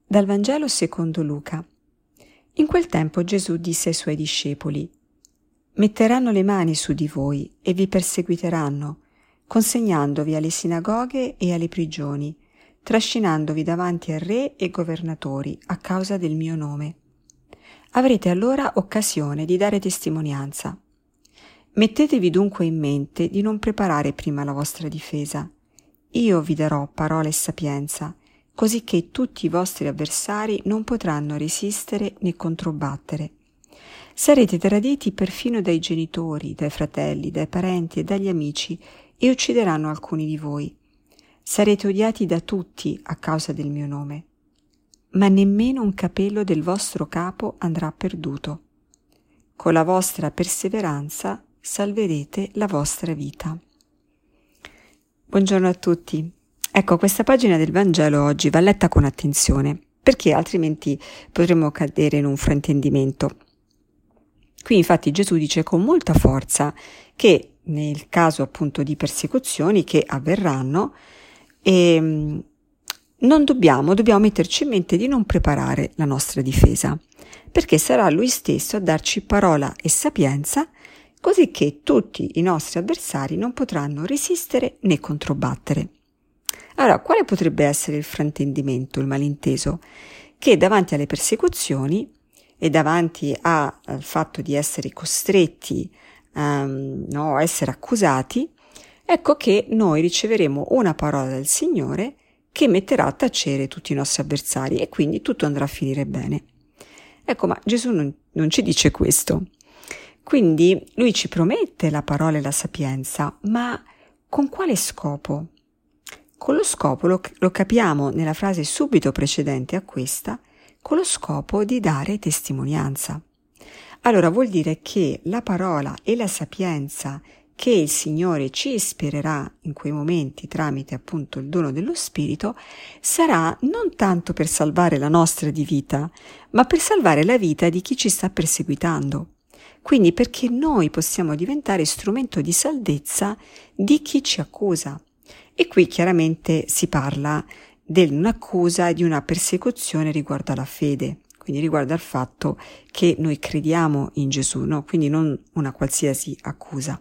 Dal Vangelo secondo Luca. In quel tempo Gesù disse ai suoi discepoli: «Metteranno le mani su di voi e vi perseguiteranno, consegnandovi alle sinagoghe e alle prigioni, trascinandovi davanti a re e governatori a causa del mio nome. Avrete allora occasione di dare testimonianza. Mettetevi dunque in mente di non preparare prima la vostra difesa. Io vi darò parola e sapienza, così che tutti i vostri avversari non potranno resistere né controbattere. Sarete traditi perfino dai genitori, dai fratelli, dai parenti e dagli amici, e uccideranno alcuni di voi. Sarete odiati da tutti a causa del mio nome. Ma nemmeno un capello del vostro capo andrà perduto. Con la vostra perseveranza salverete la vostra vita». Buongiorno a tutti. Ecco, questa pagina del Vangelo oggi va letta con attenzione, perché altrimenti potremmo cadere in un fraintendimento. Qui infatti Gesù dice con molta forza che nel caso appunto di persecuzioni che avverranno, dobbiamo metterci in mente di non preparare la nostra difesa, perché sarà Lui stesso a darci parola e sapienza, così che tutti i nostri avversari non potranno resistere né controbattere. Allora, quale potrebbe essere il fraintendimento, il malinteso? Che davanti alle persecuzioni e davanti al fatto di essere costretti a essere accusati, ecco che noi riceveremo una parola del Signore che metterà a tacere tutti i nostri avversari e quindi tutto andrà a finire bene. Ecco, ma Gesù non ci dice questo. Quindi Lui ci promette la parola e la sapienza, ma con quale scopo? Con lo scopo, lo capiamo nella frase subito precedente a questa, con lo scopo di dare testimonianza. Allora vuol dire che la parola e la sapienza che il Signore ci ispirerà in quei momenti tramite appunto il dono dello Spirito sarà non tanto per salvare la nostra di vita, ma per salvare la vita di chi ci sta perseguitando. Quindi perché noi possiamo diventare strumento di salvezza di chi ci accusa. E qui chiaramente si parla di un'accusa, di una persecuzione riguardo alla fede, quindi riguardo al fatto che noi crediamo in Gesù, no? Quindi non una qualsiasi accusa.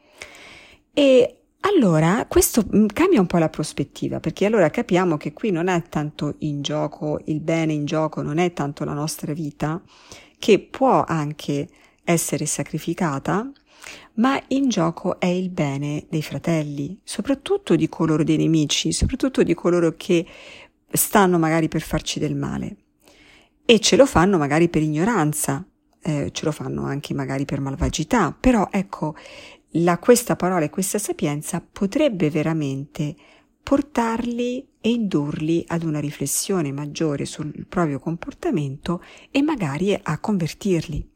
E allora questo cambia un po' la prospettiva, perché allora capiamo che qui non è tanto in gioco, il bene in gioco non è tanto la nostra vita, che può anche essere sacrificata, ma in gioco è il bene dei fratelli, soprattutto di coloro dei nemici, soprattutto di coloro che stanno magari per farci del male. E ce lo fanno magari per ignoranza, ce lo fanno anche magari per malvagità, però ecco, questa parola e questa sapienza potrebbe veramente portarli e indurli ad una riflessione maggiore sul proprio comportamento e magari a convertirli.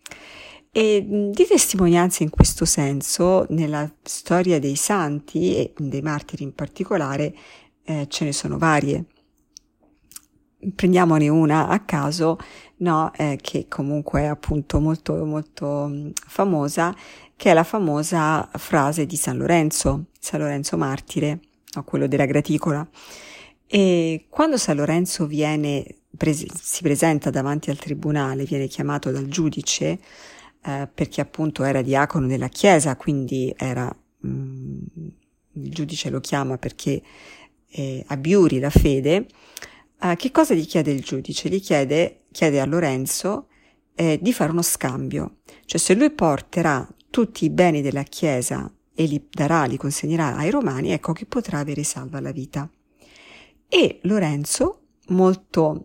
E di testimonianze in questo senso, nella storia dei santi e dei martiri in particolare, ce ne sono varie. Prendiamone una a caso, che comunque è appunto molto molto famosa, che è la famosa frase di San Lorenzo martire, quello della graticola. E quando San Lorenzo si presenta davanti al tribunale, viene chiamato dal giudice, perché appunto era diacono della chiesa, quindi il giudice lo chiama perché abiuri la fede. Che cosa gli chiede il giudice? Chiede a Lorenzo di fare uno scambio, cioè se lui porterà tutti i beni della chiesa e li consegnerà ai romani, ecco che potrà avere salva la vita. E Lorenzo, molto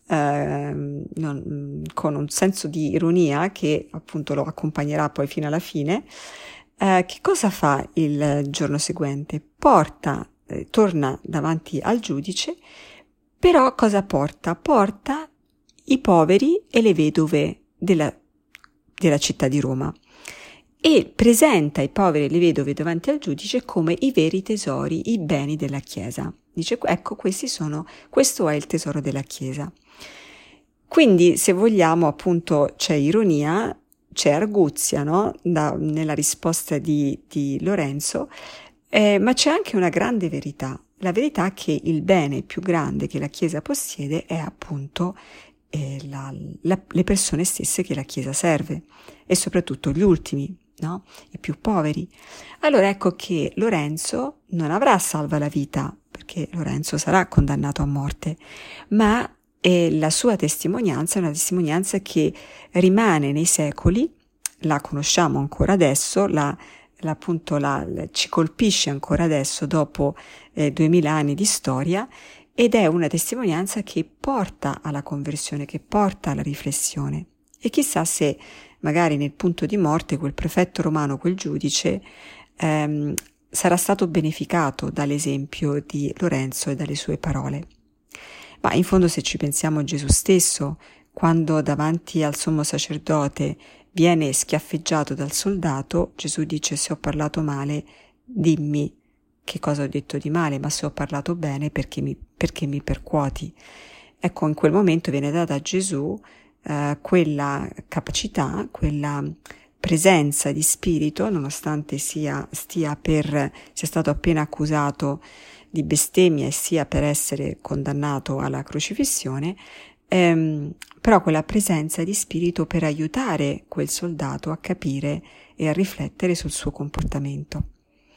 con un senso di ironia che appunto lo accompagnerà poi fino alla fine, che cosa fa il giorno seguente? Torna davanti al giudice, però cosa porta? Porta i poveri e le vedove della città di Roma e presenta i poveri e le vedove davanti al giudice come i veri tesori, i beni della Chiesa. Dice, ecco, questo è il tesoro della Chiesa. Quindi, se vogliamo, appunto, c'è ironia, c'è arguzia, nella risposta di Lorenzo, ma c'è anche una grande verità, la verità è che il bene più grande che la Chiesa possiede è appunto le persone stesse che la Chiesa serve, e soprattutto gli ultimi, no? I più poveri. Allora ecco che Lorenzo non avrà salva la vita, perché Lorenzo sarà condannato a morte, ma la sua testimonianza è una testimonianza che rimane nei secoli, la conosciamo ancora adesso, ci colpisce ancora adesso dopo 2000 anni di storia, ed è una testimonianza che porta alla conversione, che porta alla riflessione. E chissà se magari nel punto di morte quel prefetto romano, quel giudice, sarà stato beneficato dall'esempio di Lorenzo e dalle sue parole. Ma in fondo, se ci pensiamo, Gesù stesso, quando davanti al sommo sacerdote viene schiaffeggiato dal soldato, Gesù dice: se ho parlato male, dimmi che cosa ho detto di male, ma se ho parlato bene, perché mi percuoti. Ecco, in quel momento viene data a Gesù quella capacità, quella presenza di spirito, nonostante sia stato appena accusato di bestemmia e sia per essere condannato alla crocifissione, però quella presenza di spirito per aiutare quel soldato a capire e a riflettere sul suo comportamento.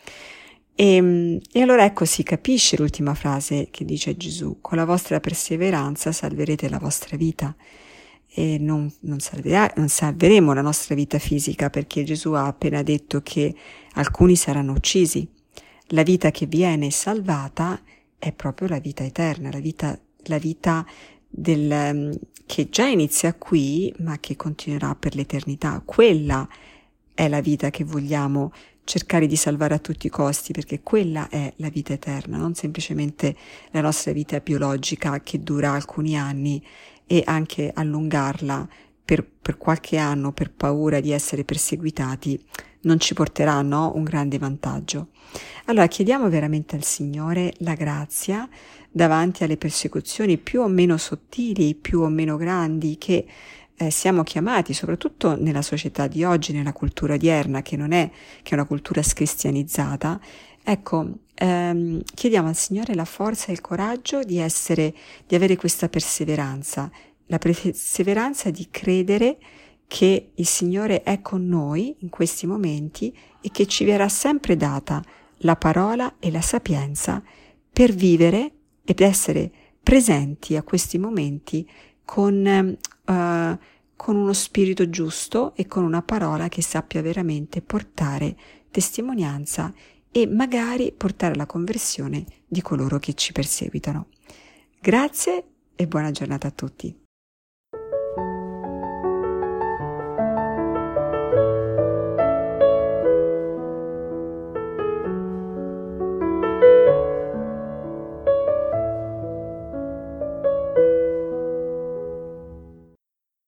E allora ecco, si capisce l'ultima frase che dice Gesù: con la vostra perseveranza salverete la vostra vita. E non salveremo la nostra vita fisica, perché Gesù ha appena detto che alcuni saranno uccisi. La vita che viene salvata è proprio la vita eterna, la vita che già inizia qui, ma che continuerà per l'eternità. Quella è la vita che vogliamo cercare di salvare a tutti i costi, perché quella è la vita eterna, non semplicemente la nostra vita biologica che dura alcuni anni, e anche allungarla per qualche anno per paura di essere perseguitati non ci porterà, no, un grande vantaggio. Allora chiediamo veramente al Signore la grazia davanti alle persecuzioni più o meno sottili, più o meno grandi, che siamo chiamati, soprattutto nella società di oggi, nella cultura odierna, che è una cultura scristianizzata. Ecco, chiediamo al Signore la forza e il coraggio di avere questa perseveranza, la perseveranza di credere che il Signore è con noi in questi momenti e che ci verrà sempre data la parola e la sapienza per vivere ed essere presenti a questi momenti con uno spirito giusto e con una parola che sappia veramente portare testimonianza e magari portare alla conversione di coloro che ci perseguitano. Grazie e buona giornata a tutti.